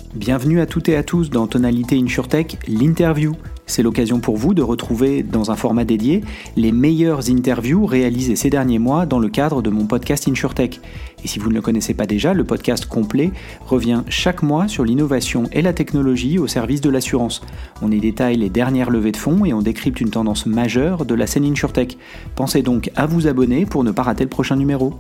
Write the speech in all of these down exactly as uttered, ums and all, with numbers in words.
Bienvenue à toutes et à tous dans Tonalité InsurTech, l'interview. C'est l'occasion pour vous de retrouver, dans un format dédié, les meilleures interviews réalisées ces derniers mois dans le cadre de mon podcast InsurTech. Et si vous ne le connaissez pas déjà, le podcast complet revient chaque mois sur l'innovation et la technologie au service de l'assurance. On y détaille les dernières levées de fonds et on décrypte une tendance majeure de la scène InsurTech. Pensez donc à vous abonner pour ne pas rater le prochain numéro.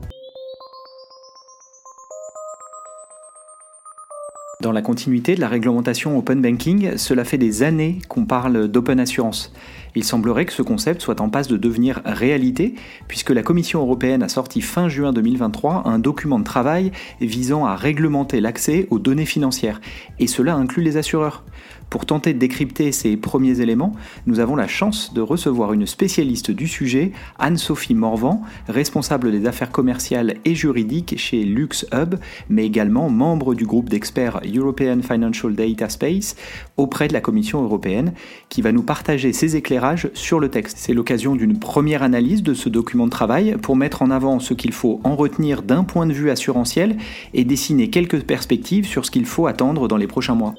Dans la continuité de la réglementation Open Banking, cela fait des années qu'on parle d'Open Assurance. Il semblerait que ce concept soit en passe de devenir réalité, puisque la Commission européenne a sorti fin juin deux mille vingt-trois un document de travail visant à réglementer l'accès aux données financières, et cela inclut les assureurs. Pour tenter de décrypter ces premiers éléments, nous avons la chance de recevoir une spécialiste du sujet, Anne-Sophie Morvan, responsable des affaires commerciales et juridiques chez LuxHub, mais également membre du groupe d'experts European Financial Data Space auprès de la Commission européenne, qui va nous partager ses éclairages sur le texte. C'est l'occasion d'une première analyse de ce document de travail pour mettre en avant ce qu'il faut en retenir d'un point de vue assurantiel et dessiner quelques perspectives sur ce qu'il faut attendre dans les prochains mois.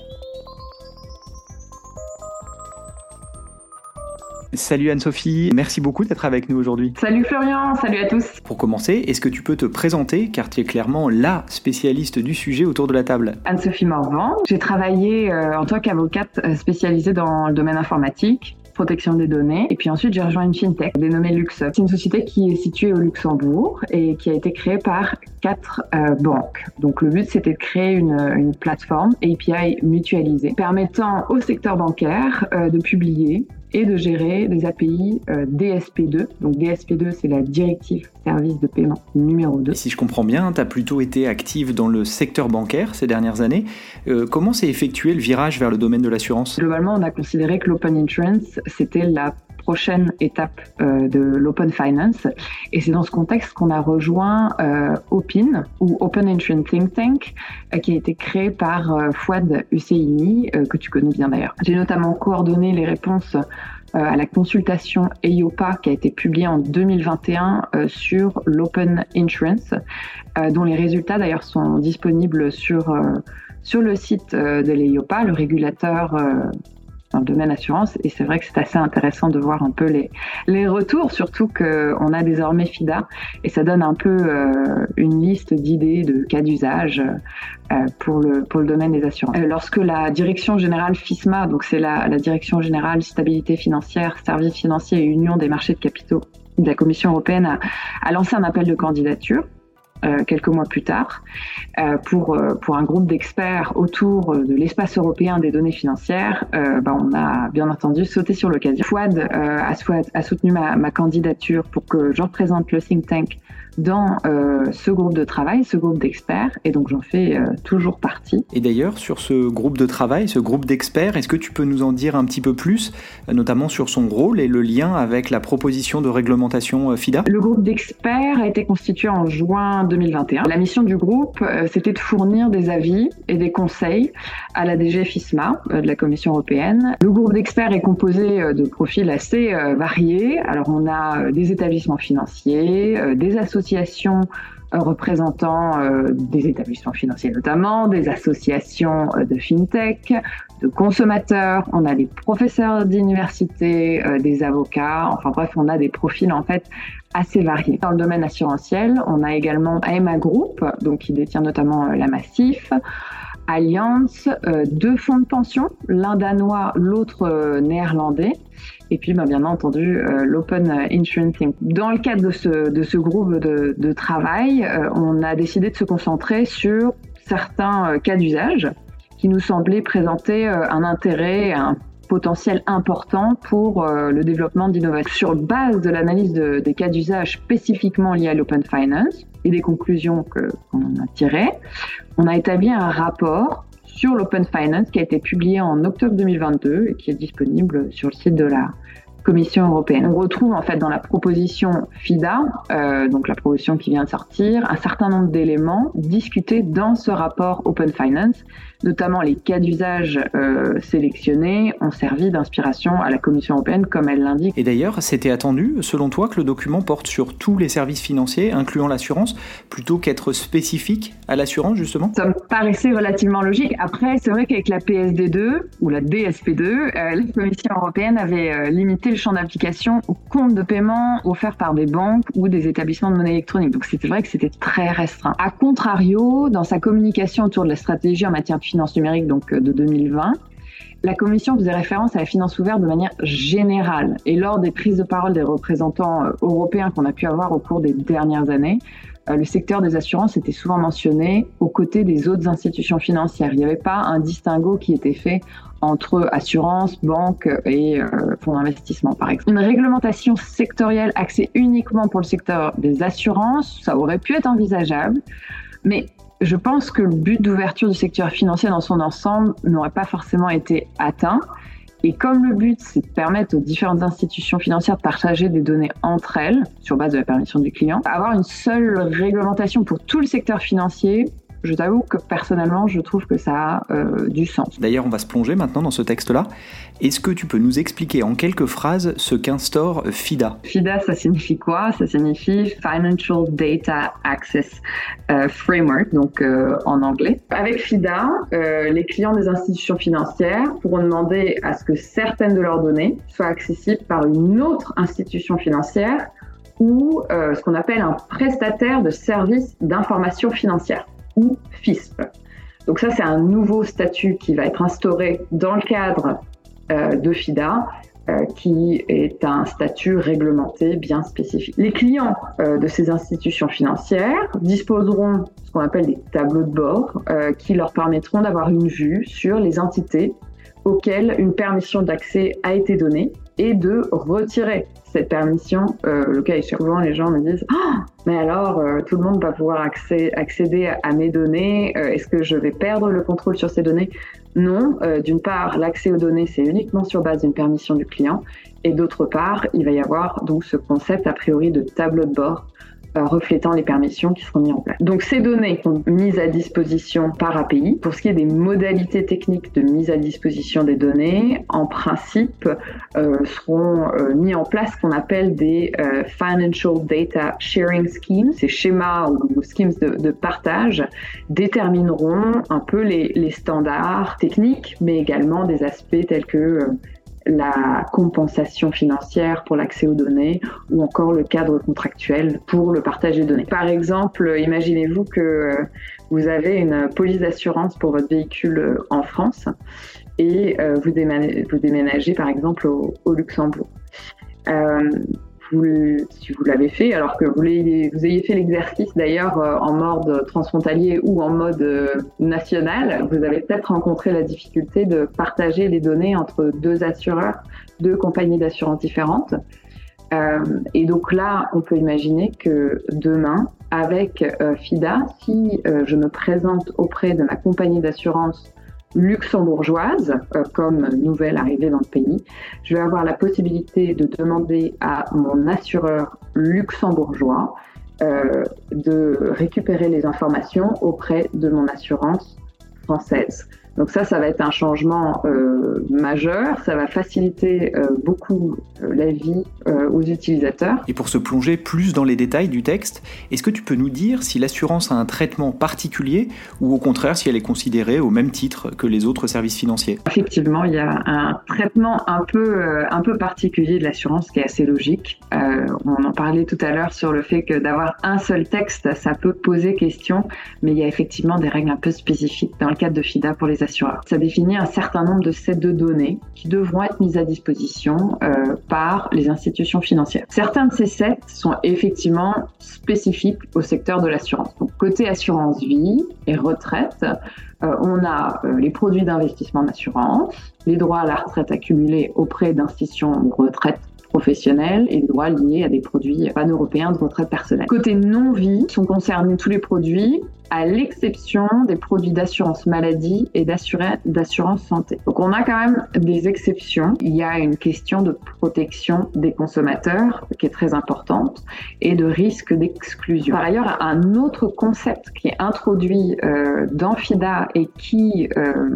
Salut Anne-Sophie, merci beaucoup d'être avec nous aujourd'hui. Salut Florian, salut à tous. Pour commencer, est-ce que tu peux te présenter, car tu es clairement la spécialiste du sujet autour de la table? Anne-Sophie Morvan, j'ai travaillé euh, en tant qu'avocate euh, spécialisée dans le domaine informatique, protection des données, et puis ensuite j'ai rejoint une fintech dénommée LuxHub. C'est une société qui est située au Luxembourg et qui a été créée par quatre euh, banques. Donc le but c'était de créer une, une plateforme A P I mutualisée permettant au secteur bancaire euh, de publier et de gérer des A P I euh, D S P deux. Donc D S P deux, c'est la directive service de paiement numéro deux. Et si je comprends bien, tu as plutôt été active dans le secteur bancaire ces dernières années. Euh, comment s'est effectué le virage vers le domaine de l'assurance ? Globalement, on a considéré que l'Open Insurance, c'était la prochaine étape euh, de l'Open Finance. Et c'est dans ce contexte qu'on a rejoint euh, O P I N, ou Open Insurance Think Tank, euh, qui a été créé par euh, Fouad Husseini, euh, que tu connais bien d'ailleurs. J'ai notamment coordonné les réponses euh, à la consultation E I O P A qui a été publiée en deux mille vingt et un euh, sur l'Open Insurance, euh, dont les résultats d'ailleurs sont disponibles sur, euh, sur le site euh, de l'E I O P A, le régulateur euh, dans le domaine assurance, et c'est vrai que c'est assez intéressant de voir un peu les les retours, surtout qu'on a désormais FIDA, et ça donne un peu euh, une liste d'idées, de cas d'usage euh, pour le pour le domaine des assurances. Euh, lorsque la direction générale FISMA, donc c'est la, la direction générale stabilité financière, services financiers et union des marchés de capitaux de la Commission européenne, a, a lancé un appel de candidature Euh, quelques mois plus tard, euh, pour euh, pour un groupe d'experts autour de l'espace européen des données financières. Euh, bah, on a bien entendu sauté sur l'occasion. Fouad euh, a, a soutenu ma, ma candidature pour que je représente le think tank dans euh, ce groupe de travail, ce groupe d'experts, et donc j'en fais euh, toujours partie. Et d'ailleurs, sur ce groupe de travail, ce groupe d'experts, est-ce que tu peux nous en dire un petit peu plus, notamment sur son rôle et le lien avec la proposition de réglementation FIDA ? Le groupe d'experts a été constitué en juin deux mille vingt et un. La mission du groupe, euh, c'était de fournir des avis et des conseils à la D G FISMA euh, de la Commission européenne. Le groupe d'experts est composé euh, de profils assez euh, variés. Alors on a euh, des établissements financiers, euh, des associations associations représentant euh, des établissements financiers notamment, des associations euh, de fintech, de consommateurs, on a des professeurs d'université, euh, des avocats, enfin bref, on a des profils en fait assez variés. Dans le domaine assurantiel, on a également A M A Group, donc qui détient notamment euh, la Massif, Allianz, euh, deux fonds de pension, l'un danois, l'autre euh, néerlandais, et puis bah, bien entendu euh, l'Open Insurance Think. Dans le cadre de ce, de ce groupe de, de travail, euh, on a décidé de se concentrer sur certains euh, cas d'usage qui nous semblaient présenter euh, un intérêt, un potentiel important pour euh, le développement d'innovation. Sur base de l'analyse de, des cas d'usage spécifiquement liés à l'Open Finance et des conclusions que, qu'on a tirées, on a établi un rapport sur l'Open Finance qui a été publié en octobre deux mille vingt-deux et qui est disponible sur le site de la Commission européenne. On retrouve en fait dans la proposition FIDA, euh, donc la proposition qui vient de sortir, un certain nombre d'éléments discutés dans ce rapport Open Finance, Notamment, les cas d'usage euh, sélectionnés ont servi d'inspiration à la Commission européenne, comme elle l'indique. Et d'ailleurs, c'était attendu, selon toi, que le document porte sur tous les services financiers, incluant l'assurance, plutôt qu'être spécifique à l'assurance, justement ? Ça me paraissait relativement logique. Après, c'est vrai qu'avec la P S D deux, ou la D S P deux, euh, la Commission européenne avait euh, limité le champ d'application aux comptes de paiement offerts par des banques ou des établissements de monnaie électronique. Donc, c'était vrai que c'était très restreint. A contrario, dans sa communication autour de la stratégie en matière de finances numériques, donc de deux mille vingt, la Commission faisait référence à la finance ouverte de manière générale. Et lors des prises de parole des représentants européens qu'on a pu avoir au cours des dernières années, le secteur des assurances était souvent mentionné aux côtés des autres institutions financières. Il n'y avait pas un distinguo qui était fait entre assurance, banque et euh, fonds d'investissement, par exemple. Une réglementation sectorielle axée uniquement pour le secteur des assurances, ça aurait pu être envisageable, mais je pense que le but d'ouverture du secteur financier dans son ensemble n'aurait pas forcément été atteint. Et comme le but, c'est de permettre aux différentes institutions financières de partager des données entre elles, sur base de la permission du client, avoir une seule réglementation pour tout le secteur financier, je t'avoue que personnellement, je trouve que ça a euh, du sens. D'ailleurs, on va se plonger maintenant dans ce texte-là. Est-ce que tu peux nous expliquer en quelques phrases ce qu'instaure FIDA ? FIDA, ça signifie quoi ? Ça signifie Financial Data Access euh, Framework, donc euh, en anglais. Avec FIDA, euh, les clients des institutions financières pourront demander à ce que certaines de leurs données soient accessibles par une autre institution financière ou euh, ce qu'on appelle un prestataire de services d'information financière, ou F I S P. Donc ça, c'est un nouveau statut qui va être instauré dans le cadre euh, de FIDA, euh, qui est un statut réglementé bien spécifique. Les clients euh, de ces institutions financières disposeront ce qu'on appelle des tableaux de bord euh, qui leur permettront d'avoir une vue sur les entités auxquelles une permission d'accès a été donnée et de retirer cette permission. Euh, le cas échéant, souvent les gens me disent oh, « mais alors, euh, tout le monde va pouvoir accès, accéder à, à mes données, euh, est-ce que je vais perdre le contrôle sur ces données ?» Non, euh, d'une part, l'accès aux données, c'est uniquement sur base d'une permission du client, et d'autre part, il va y avoir donc ce concept a priori de tableau de bord Euh, reflétant les permissions qui seront mises en place. Donc ces données sont mises à disposition par A P I. Pour ce qui est des modalités techniques de mise à disposition des données, en principe, euh, seront euh, mis en place ce qu'on appelle des euh, Financial Data Sharing Schemes. Ces schémas ou schemes de, de partage détermineront un peu les, les standards techniques, mais également des aspects tels que euh, la compensation financière pour l'accès aux données ou encore le cadre contractuel pour le partage des données. Par exemple, imaginez-vous que vous avez une police d'assurance pour votre véhicule en France et vous déménagez, vous déménagez par exemple au, au Luxembourg. Euh, Vous, si vous l'avez fait, alors que vous ayez, vous ayez fait l'exercice d'ailleurs euh, en mode transfrontalier ou en mode euh, national, vous avez peut-être rencontré la difficulté de partager les données entre deux assureurs, deux compagnies d'assurance différentes. Euh, et donc là, on peut imaginer que demain, avec euh, FIDA, si euh, je me présente auprès de ma compagnie d'assurance luxembourgeoise, euh, comme nouvelle arrivée dans le pays, je vais avoir la possibilité de demander à mon assureur luxembourgeois euh, de récupérer les informations auprès de mon assurance française. Donc ça, ça va être un changement euh, majeur, ça va faciliter euh, beaucoup euh, la vie euh, aux utilisateurs. Et pour se plonger plus dans les détails du texte, est-ce que tu peux nous dire si l'assurance a un traitement particulier ou au contraire si elle est considérée au même titre que les autres services financiers ? Effectivement, il y a un traitement un peu, euh, un peu particulier de l'assurance qui est assez logique. Euh, on en parlait tout à l'heure sur le fait que d'avoir un seul texte, ça peut poser question, mais il y a effectivement des règles un peu spécifiques dans le cadre de FIDA pour les assureurs. Ça définit un certain nombre de sets de données qui devront être mises à disposition euh, par les institutions financières. Certains de ces sets sont effectivement spécifiques au secteur de l'assurance. Donc, côté assurance vie et retraite, euh, on a euh, les produits d'investissement d'assurance, les droits à la retraite accumulés auprès d'institutions de retraite professionnels et les droits liés à des produits pan-européens de retraite personnelle. Côté non-vie, sont concernés tous les produits à l'exception des produits d'assurance maladie et d'assurance santé. Donc on a quand même des exceptions. Il y a une question de protection des consommateurs qui est très importante et de risque d'exclusion. Par ailleurs, un autre concept qui est introduit euh, dans FIDA et qui euh,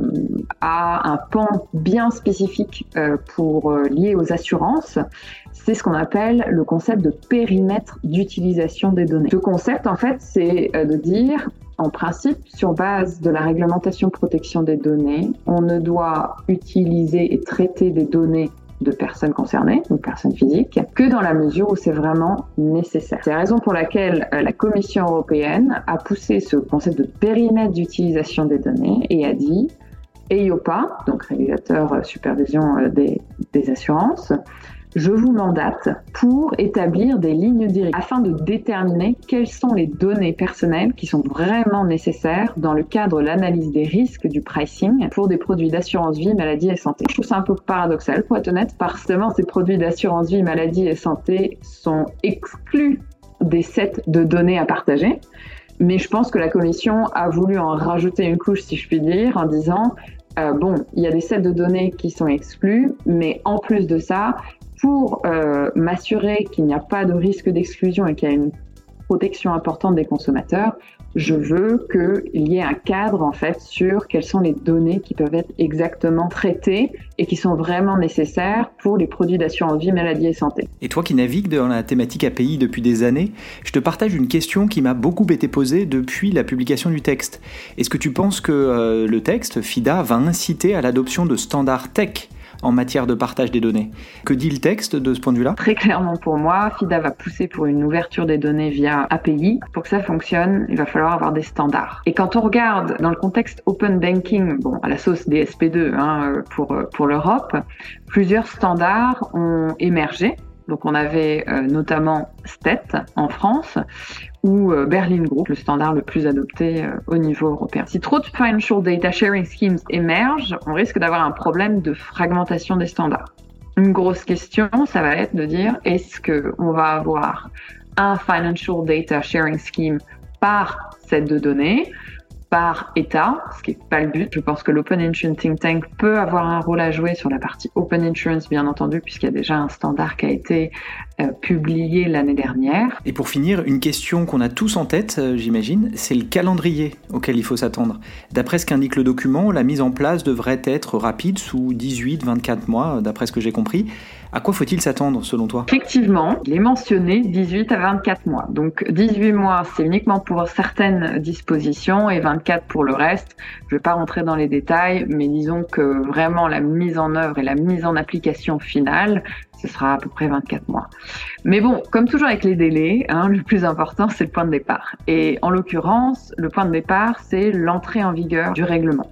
a un pan bien spécifique euh, pour euh, lié aux assurances, c'est ce qu'on appelle le concept de périmètre d'utilisation des données. Ce concept, en fait, c'est euh, de dire, en principe, sur base de la réglementation de protection des données, on ne doit utiliser et traiter des données de personnes concernées, donc personnes physiques, que dans la mesure où c'est vraiment nécessaire. C'est la raison pour laquelle euh, la Commission européenne a poussé ce concept de périmètre d'utilisation des données et a dit EIOPA, donc régulateur euh, supervision euh, des, des assurances, je vous mandate pour établir des lignes directrices afin de déterminer quelles sont les données personnelles qui sont vraiment nécessaires dans le cadre de l'analyse des risques du pricing pour des produits d'assurance vie, maladie et santé. Je trouve ça un peu paradoxal, pour être honnête, parce que ces produits d'assurance vie, maladie et santé sont exclus des sets de données à partager. Mais je pense que la Commission a voulu en rajouter une couche, si je puis dire, en disant euh, bon, il y a des sets de données qui sont exclus, mais en plus de ça, pour euh, m'assurer qu'il n'y a pas de risque d'exclusion et qu'il y a une protection importante des consommateurs, je veux qu'il y ait un cadre en fait sur quelles sont les données qui peuvent être exactement traitées et qui sont vraiment nécessaires pour les produits d'assurance vie, maladie et santé. Et toi qui navigues dans la thématique A P I depuis des années, je te partage une question qui m'a beaucoup été posée depuis la publication du texte. Est-ce que tu penses que euh, le texte, FIDA, va inciter à l'adoption de standards tech en matière de partage des données? Que dit le texte de ce point de vue-là? Très clairement pour moi, FIDA va pousser pour une ouverture des données via A P I. Pour que ça fonctionne, il va falloir avoir des standards. Et quand on regarde dans le contexte Open Banking, bon, à la sauce D S P deux hein, pour, pour l'Europe, plusieurs standards ont émergé. Donc on avait euh, notamment S T E T en France ou euh, Berlin Group, le standard le plus adopté euh, au niveau européen. Si trop de Financial Data Sharing Schemes émergent, on risque d'avoir un problème de fragmentation des standards. Une grosse question, ça va être de dire est-ce qu'on va avoir un Financial Data Sharing Scheme par set de données, par État, ce qui n'est pas le but. Je pense que l'Open Insurance Think Tank peut avoir un rôle à jouer sur la partie Open Insurance, bien entendu, puisqu'il y a déjà un standard qui a été euh, publié l'année dernière. Et pour finir, une question qu'on a tous en tête, euh, j'imagine, c'est le calendrier auquel il faut s'attendre. D'après ce qu'indique le document, la mise en place devrait être rapide, sous dix-huit à vingt-quatre mois, d'après ce que j'ai compris. À quoi faut-il s'attendre, selon toi? Effectivement, il est mentionné dix-huit à vingt-quatre mois. Donc dix-huit mois, c'est uniquement pour certaines dispositions et vingt-quatre pour le reste. Je ne vais pas rentrer dans les détails, mais disons que vraiment la mise en œuvre et la mise en application finale, ce sera à peu près vingt-quatre mois. Mais bon, comme toujours avec les délais, hein, le plus important, c'est le point de départ. Et en l'occurrence, le point de départ, c'est l'entrée en vigueur du règlement.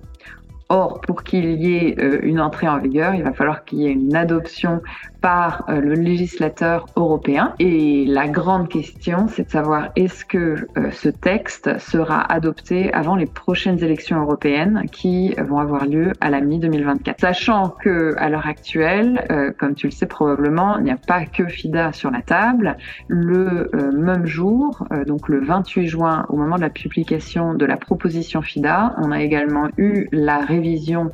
Or, pour qu'il y ait euh, une entrée en vigueur, il va falloir qu'il y ait une adoption par euh, le législateur européen. Et la grande question, c'est de savoir est-ce que euh, ce texte sera adopté avant les prochaines élections européennes qui vont avoir lieu à la mi deux mille vingt-quatre. Sachant que à l'heure actuelle, euh, comme tu le sais probablement, il n'y a pas que FIDA sur la table. Le euh, même jour, euh, donc le vingt-huit juin, au moment de la publication de la proposition FIDA, on a également eu la révision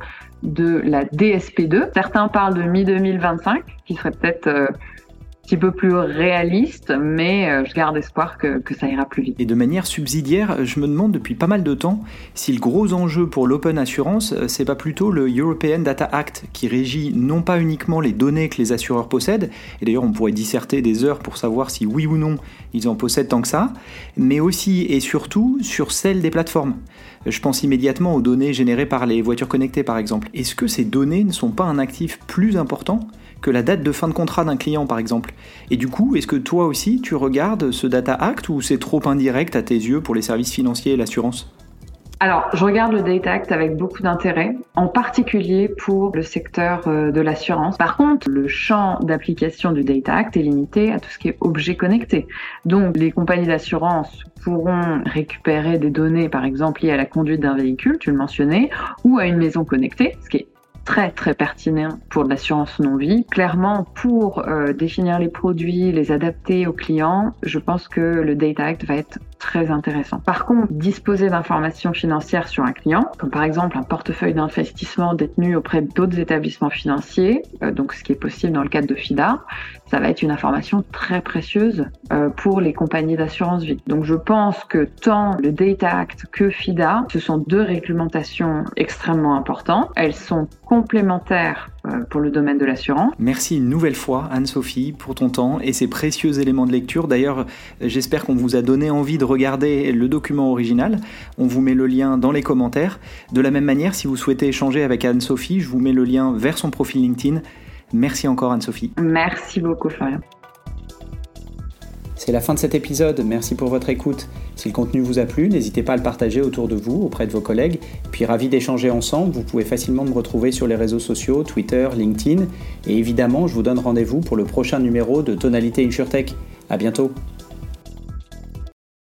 de la D S P deux. Certains parlent de mi deux mille vingt-cinq, qui serait peut-être euh, un petit peu plus réaliste, mais euh, je garde espoir que, que ça ira plus vite. Et de manière subsidiaire, je me demande depuis pas mal de temps si le gros enjeu pour l'Open Assurance, c'est pas plutôt le European Data Act, qui régit non pas uniquement les données que les assureurs possèdent, et d'ailleurs on pourrait disserter des heures pour savoir si oui ou non ils en possèdent tant que ça, mais aussi et surtout sur celles des plateformes. Je pense immédiatement aux données générées par les voitures connectées par exemple. Est-ce que ces données ne sont pas un actif plus important que la date de fin de contrat d'un client par exemple? Et du coup, est-ce que toi aussi tu regardes ce Data Act ou c'est trop indirect à tes yeux pour les services financiers et l'assurance? Alors, je regarde le Data Act avec beaucoup d'intérêt, en particulier pour le secteur de l'assurance. Par contre, le champ d'application du Data Act est limité à tout ce qui est objet connecté. Donc, les compagnies d'assurance pourront récupérer des données, par exemple, liées à la conduite d'un véhicule, tu le mentionnais, ou à une maison connectée, ce qui est très très pertinent pour l'assurance non-vie. Clairement, pour euh, définir les produits, les adapter aux clients, je pense que le Data Act va être très intéressant. Par contre, disposer d'informations financières sur un client, comme par exemple un portefeuille d'investissement détenu auprès d'autres établissements financiers, euh, donc ce qui est possible dans le cadre de FIDA, ça va être une information très précieuse euh, pour les compagnies d'assurance vie. Donc je pense que tant le Data Act que FIDA, ce sont deux réglementations extrêmement importantes. Elles sont complémentaires euh, pour le domaine de l'assurance. Merci une nouvelle fois Anne-Sophie pour ton temps et ces précieux éléments de lecture. D'ailleurs, j'espère qu'on vous a donné envie de regarder le document original. On vous met le lien dans les commentaires. De la même manière, si vous souhaitez échanger avec Anne-Sophie, je vous mets le lien vers son profil LinkedIn. Merci encore Anne-Sophie. Merci beaucoup Florian. C'est la fin de cet épisode, merci pour votre écoute. Si le contenu vous a plu, n'hésitez pas à le partager autour de vous, auprès de vos collègues. Puis ravi d'échanger ensemble, vous pouvez facilement me retrouver sur les réseaux sociaux, Twitter, LinkedIn. Et évidemment, je vous donne rendez-vous pour le prochain numéro de Tonalité InsurTech. À bientôt.